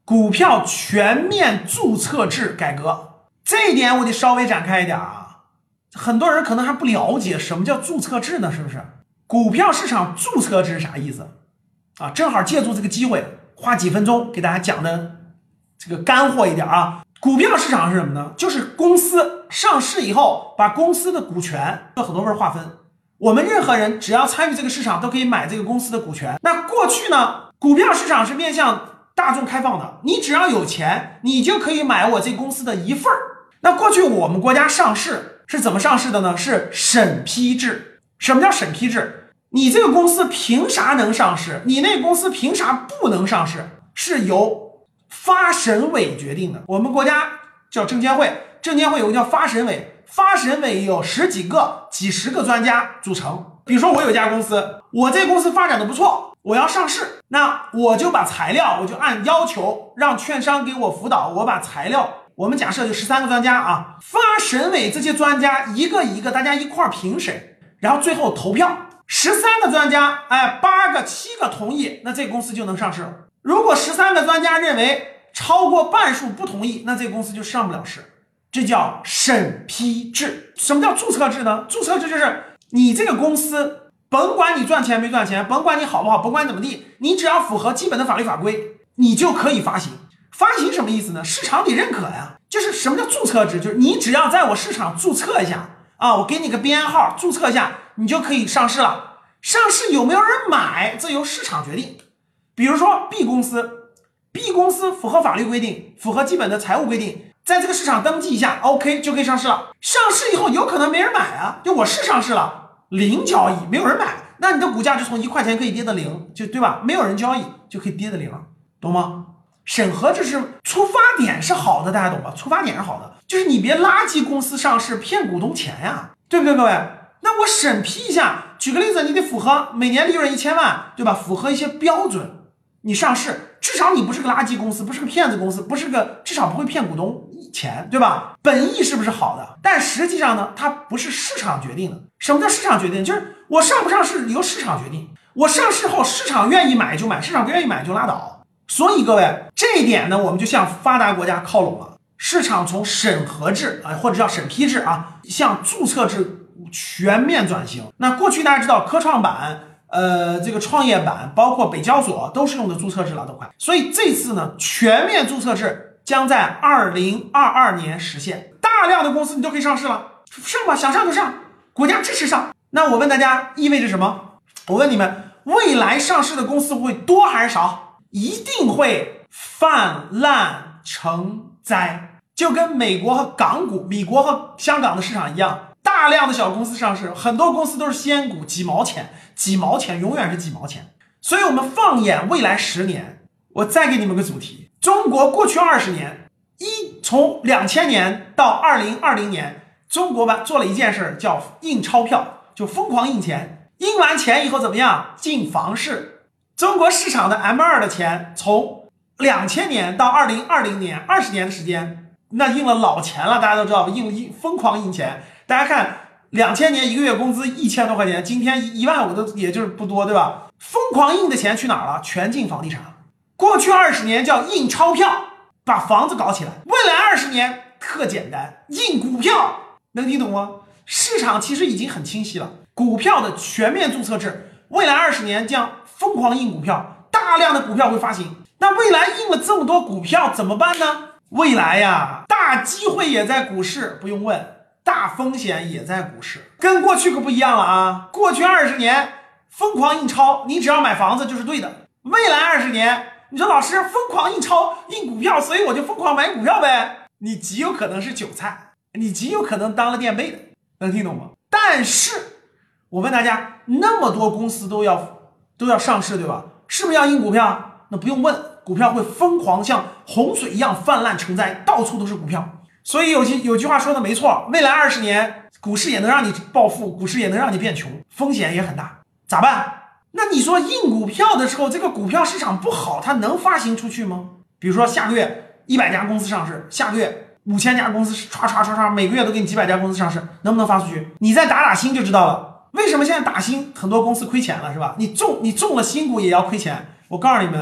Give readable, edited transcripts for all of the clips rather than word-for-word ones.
股票全面注册制改革，这一点我得稍微展开一点啊。很多人可能还不了解什么叫注册制呢，是不是？股票市场注册制是啥意思啊？正好借助这个机会，花几分钟给大家讲的这个干货一点啊。股票市场是什么呢？就是公司上市以后，把公司的股权有很多份划分。我们任何人只要参与这个市场，都可以买这个公司的股权。那过去呢，股票市场是面向大众开放的，你只要有钱，你就可以买我这公司的一份儿。那过去我们国家上市是怎么上市的呢？是审批制。什么叫审批制？你这个公司凭啥能上市？你那个公司凭啥不能上市？是由发审委决定的。我们国家叫证监会，证监会有个叫发审委，发审委有十几个、几十个专家组成。比如说我有一家公司，我这公司发展的不错，我要上市，那我就把材料，我就按要求让券商给我辅导，我把材料，我们假设就13个专家啊，发审委这些专家一个一个大家一块评审，然后最后投票，13个专家8个7个同意，那这个公司就能上市了。如果13个专家认为超过半数不同意，那这个公司就上不了市。这叫审批制。什么叫注册制呢？注册制就是你这个公司甭管你赚钱没赚钱，甭管你好不好，甭管怎么地，你只要符合基本的法律法规，你就可以发行。发行什么意思呢？市场得认可呀。就是什么叫注册制？就是你只要在我市场注册一下啊，我给你个编号，注册一下，你就可以上市了。上市有没有人买，这由市场决定。比如说 B 公司符合法律规定，符合基本的财务规定，在这个市场登记一下 OK 就可以上市了。上市以后有可能没人买啊，就我是上市了，零交易，没有人买，那你的股价就从1块钱可以跌到0，就对吧？没有人交易就可以跌到0，懂吗？审核这是出发点是好的，大家懂吧？出发点是好的，就是你别垃圾公司上市骗股东钱呀，对不对各位？那我审批一下，举个例子，你得符合每年利润1000万，对吧？符合一些标准，你上市至少你不是个垃圾公司，不是个骗子公司，不是个至少不会骗股东钱，对吧？本意是不是好的？但实际上呢，它不是市场决定的。什么叫市场决定？就是我上不上市由市场决定，我上市后市场愿意买就买，市场不愿意买就拉倒。所以各位，这一点呢，我们就向发达国家靠拢了。市场从审核制或者叫审批制向注册制全面转型。那过去大家知道科创板这个创业板包括北交所都是用的注册制了都快。所以这次呢，全面注册制将在2022年实现，大量的公司你都可以上市了，上吧，想上就上，国家支持上。那我问大家，意味着什么？我问你们，未来上市的公司会多还是少？一定会泛滥成灾，就跟美国和香港的市场一样，大量的小公司上市，很多公司都是仙股，几毛钱，永远是几毛钱。所以我们放眼未来10年，我再给你们个主题，中国过去20年，从2000年到2020年，中国做了一件事叫印钞票，就疯狂印钱，印完钱以后怎么样？进房市。中国市场的 M2 的钱从2000年到2020年20年的时间，那印了老钱了，大家都知道疯狂印钱。大家看2000年一个月工资1000多块钱，今天15000都也就是不多，对吧？疯狂印的钱去哪儿了？全进房地产。过去20年叫印钞票，把房子搞起来。未来20年特简单，印股票，能听懂吗？市场其实已经很清晰了，股票的全面注册制，未来20年将疯狂印股票，大量的股票会发行。那未来印了这么多股票怎么办呢？未来呀，大机会也在股市，不用问，大风险也在股市，跟过去可不一样了啊！过去20年疯狂印钞，你只要买房子就是对的。未来20年，你说老师疯狂印钞印股票，所以我就疯狂买股票呗？你极有可能是韭菜，你极有可能当了垫背的，能听懂吗？但是我问大家，那么多公司都要上市，对吧？是不是要印股票？那不用问，股票会疯狂像洪水一样泛滥成灾，到处都是股票。所以有句话说的没错，未来20年股市也能让你暴富，股市也能让你变穷，风险也很大。咋办？那你说印股票的时候，这个股票市场不好，它能发行出去吗？比如说下个月100家公司上市，下个月5000家公司唰，每个月都给你几百家公司上市，能不能发出去？你再打新就知道了。为什么现在打新很多公司亏钱了，是吧？你中了新股也要亏钱。我告诉你们，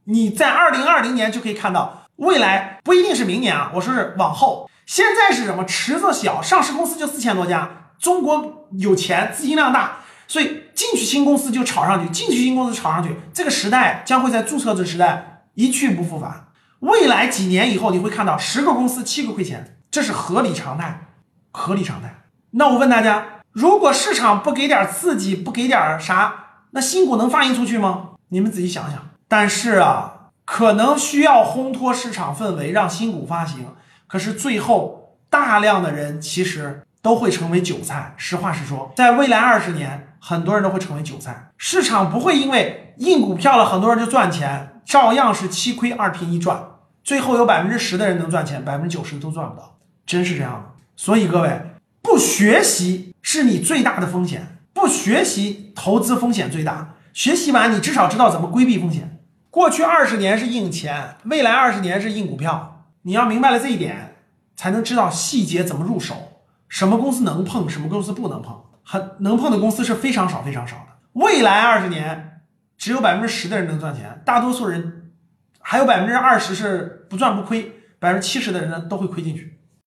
你在2020年就可以看到，未来不一定是明年啊，我说是往后。现在是什么？池子小，上市公司就4000多家，中国有钱，资金量大，所以进去新公司就炒上去，进去新公司炒上去，这个时代将会在注册制时代一去不复返。未来几年以后，你会看到10个公司7个亏钱，这是合理常态，合理常态。那我问大家，如果市场不给点刺激，不给点啥，那新股能发行出去吗？你们仔细想想。但是啊，可能需要烘托市场氛围，让新股发行。可是最后，大量的人其实都会成为韭菜。实话实说，在未来20年，很多人都会成为韭菜。市场不会因为印股票了，很多人就赚钱，照样是7亏2平1赚。最后有10%的人能赚钱，90%都赚不到，真是这样的。所以各位，不学习是你最大的风险，不学习投资风险最大。学习完，你至少知道怎么规避风险。过去20年是印钱，未来20年是印股票。你要明白了这一点，才能知道细节怎么入手，什么公司能碰，什么公司不能碰。能碰的公司是非常少非常少的。未来20年，只有10%的人能赚钱，大多数人还有20%是不赚不亏，70%的人呢都会亏进去。